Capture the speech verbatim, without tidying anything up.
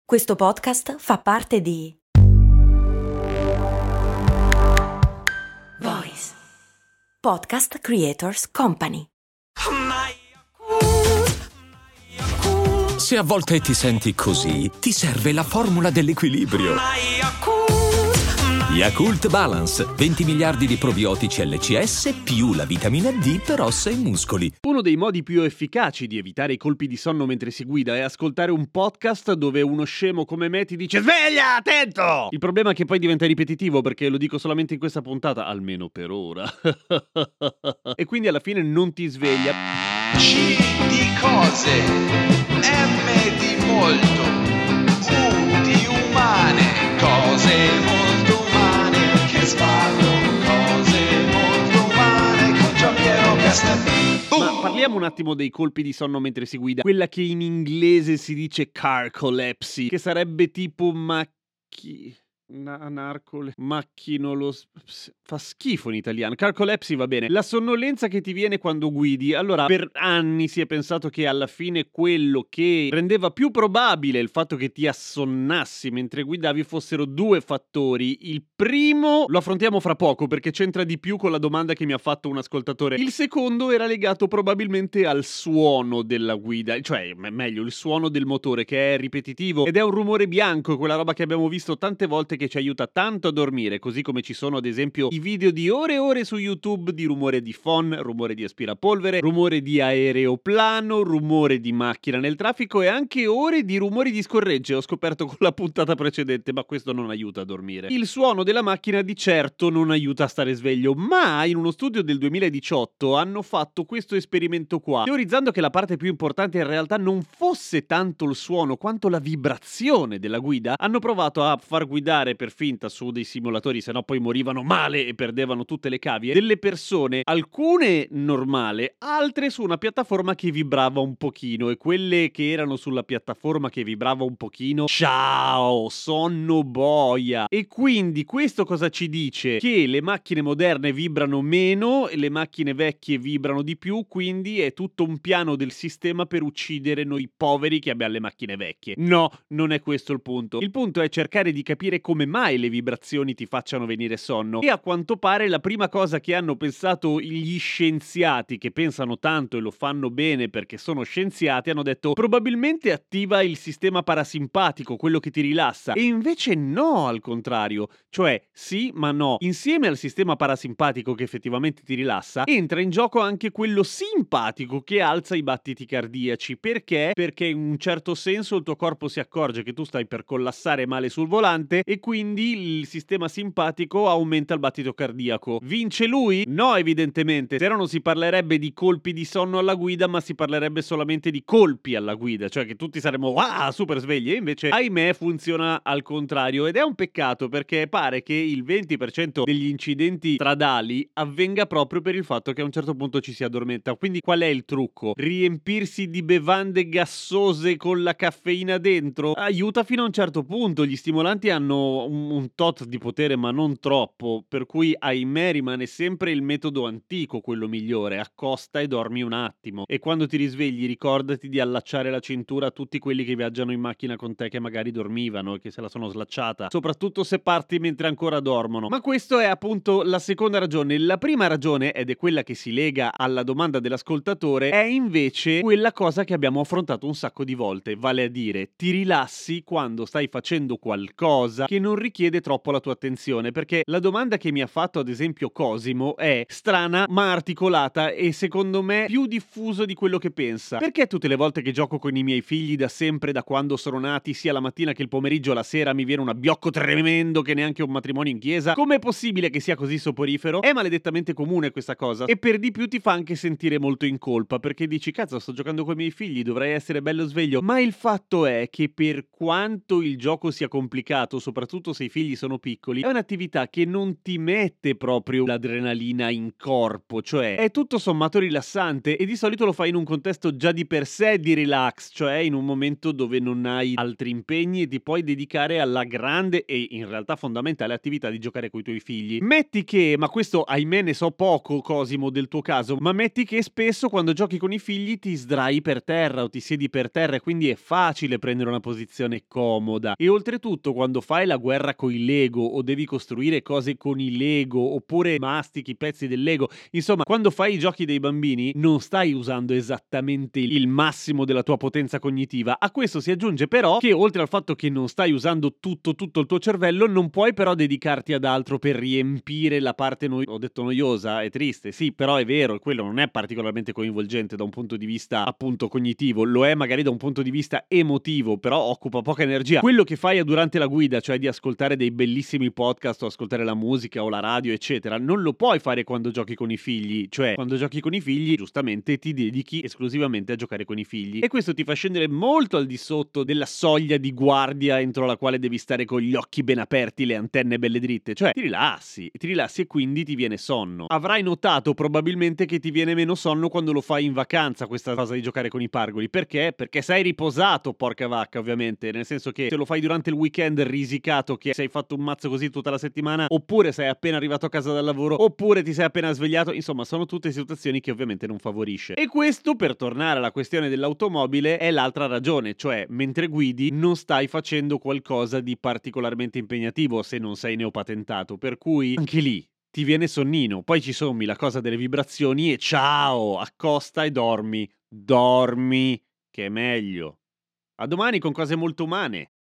Questo podcast fa parte di Voice Podcast Creators Company. Se a volte ti senti così, ti serve la formula dell'equilibrio. Yakult Balance, venti miliardi di probiotici L C S più la vitamina D per ossa e muscoli. Uno dei modi più efficaci di evitare i colpi di sonno mentre si guida è ascoltare un podcast dove uno scemo come me ti dice "Sveglia, attento!". Il problema è che poi diventa ripetitivo perché lo dico solamente in questa puntata, almeno per ora. E quindi alla fine non ti sveglia. C di cose, M di molto, U di umane, cose molto umane, che sballo, cose molto umane, con Giampiero Castel. Ma parliamo un attimo dei colpi di sonno mentre si guida. Quella che in inglese si dice carcolepsy, che sarebbe tipo macchi... Na- narcole... macchino... fa schifo in italiano. Carcolepsy va bene. La sonnolenza che ti viene quando guidi. Allora, per anni si è pensato che alla fine quello che rendeva più probabile il fatto che ti assonnassi mentre guidavi fossero due fattori. Il primo lo affrontiamo fra poco perché c'entra di più con la domanda che mi ha fatto un ascoltatore. Il secondo era legato probabilmente al suono della guida, cioè me- meglio il suono del motore, che è ripetitivo ed è un rumore bianco, quella roba che abbiamo visto tante volte che ci aiuta tanto a dormire, così come ci sono ad esempio i video di ore e ore su YouTube di rumore di phon, rumore di aspirapolvere, rumore di aeroplano, rumore di macchina nel traffico e anche ore di rumori di scorregge. Ho scoperto con la puntata precedente, ma questo non aiuta a dormire. Il suono della macchina di certo non aiuta a stare sveglio, ma in uno studio del duemiladiciotto hanno fatto questo esperimento qua, teorizzando che la parte più importante in realtà non fosse tanto il suono quanto la vibrazione della guida. Hanno provato a far guidare per finta su dei simulatori, se no poi morivano male e perdevano tutte le cavie, delle persone, alcune normale, altre su una piattaforma che vibrava un pochino, e quelle che erano sulla piattaforma che vibrava un pochino, ciao, sonno boia. E quindi questo cosa ci dice? Che le macchine moderne vibrano meno e le macchine vecchie vibrano di più, quindi è tutto un piano del sistema per uccidere noi poveri che abbiamo le macchine vecchie. No, non è questo il punto. Il punto è cercare di capire come mai le vibrazioni ti facciano venire sonno, e a quanto pare la prima cosa che hanno pensato gli scienziati, che pensano tanto e lo fanno bene perché sono scienziati, hanno detto probabilmente attiva il sistema parasimpatico, quello che ti rilassa, e invece no, al contrario, cioè sì ma no. Insieme al sistema parasimpatico che effettivamente ti rilassa entra in gioco anche quello simpatico che alza i battiti cardiaci. Perché? Perché in un certo senso il tuo corpo si accorge che tu stai per collassare male sul volante e quindi il sistema simpatico aumenta il battito cardiaco. Vince lui? No, evidentemente. Se no non si parlerebbe di colpi di sonno alla guida, ma si parlerebbe solamente di colpi alla guida, cioè che tutti saremmo wow, super svegli, e invece ahimè funziona al contrario, ed è un peccato perché pare che il venti per cento degli incidenti stradali avvenga proprio per il fatto che a un certo punto ci si addormenta. Quindi qual è il trucco? Riempirsi di bevande gassose con la caffeina dentro? Aiuta fino a un certo punto, gli stimolanti hanno un, un tot di potere ma non troppo, per cui ahimè rimane sempre il metodo antico quello migliore: accosta e dormi un attimo, e quando ti risvegli ricordati di allacciare la cintura a tutti quelli che viaggiano in macchina con te che magari dormivano e che se la sono slacciata, soprattutto se parti mentre ancora dormono. Ma questo è appunto la seconda ragione. La prima ragione, ed è quella che si lega alla domanda dell'ascoltatore, è invece quella cosa che abbiamo affrontato un sacco di volte, vale a dire ti rilassi quando stai facendo qualcosa che non richiede troppo la tua attenzione. Perché la domanda che mi ha fatto ad esempio Cosimo è strana ma articolata, e secondo me più diffuso di quello che pensa. Perché tutte le volte che gioco con i miei figli da sempre, da quando sono nati, sia la mattina che il pomeriggio, la sera, mi viene un abbiocco tremendo che neanche un matrimonio in chiesa? Com'è possibile che sia così soporifero? È maledettamente comune questa cosa, e per di più ti fa anche sentire molto in colpa, perché dici cazzo, sto giocando con i miei figli, dovrei essere bello sveglio. Ma il fatto è che per quanto il gioco sia complicato, soprattutto soprattutto se i figli sono piccoli, è un'attività che non ti mette proprio l'adrenalina in corpo, cioè è tutto sommato rilassante e di solito lo fai in un contesto già di per sé di relax, cioè in un momento dove non hai altri impegni e ti puoi dedicare alla grande e in realtà fondamentale attività di giocare coi tuoi figli. Metti che, ma questo ahimè ne so poco, Cosimo, del tuo caso, ma metti che spesso quando giochi con i figli ti sdrai per terra o ti siedi per terra e quindi è facile prendere una posizione comoda. E oltretutto quando fai la guerra coi Lego o devi costruire cose con i Lego oppure mastichi pezzi del Lego, insomma quando fai i giochi dei bambini non stai usando esattamente il massimo della tua potenza cognitiva. A questo si aggiunge però che oltre al fatto che non stai usando tutto tutto il tuo cervello, non puoi però dedicarti ad altro per riempire la parte noi- ho detto noiosa, è triste, sì, però è vero, quello non è particolarmente coinvolgente da un punto di vista appunto cognitivo, lo è magari da un punto di vista emotivo, però occupa poca energia. Quello che fai durante la guida, cioè di ascoltare dei bellissimi podcast o ascoltare la musica o la radio eccetera, non lo puoi fare quando giochi con i figli, cioè quando giochi con i figli giustamente ti dedichi esclusivamente a giocare con i figli e questo ti fa scendere molto al di sotto della soglia di guardia entro la quale devi stare con gli occhi ben aperti, le antenne belle dritte, cioè ti rilassi, ti rilassi e quindi ti viene sonno. Avrai notato probabilmente che ti viene meno sonno quando lo fai in vacanza questa cosa di giocare con i pargoli, perché? Perché sei riposato, porca vacca, ovviamente, nel senso che se lo fai durante il weekend risicato che sei fatto un mazzo così tutta la settimana, oppure sei appena arrivato a casa dal lavoro, oppure ti sei appena svegliato, insomma sono tutte situazioni che ovviamente non favorisce. E questo, per tornare alla questione dell'automobile, è l'altra ragione, cioè mentre guidi non stai facendo qualcosa di particolarmente impegnativo se non sei neopatentato, per cui anche lì ti viene sonnino, poi ci sommi la cosa delle vibrazioni e ciao, accosta e dormi, dormi, che è meglio. A domani con cose molto umane.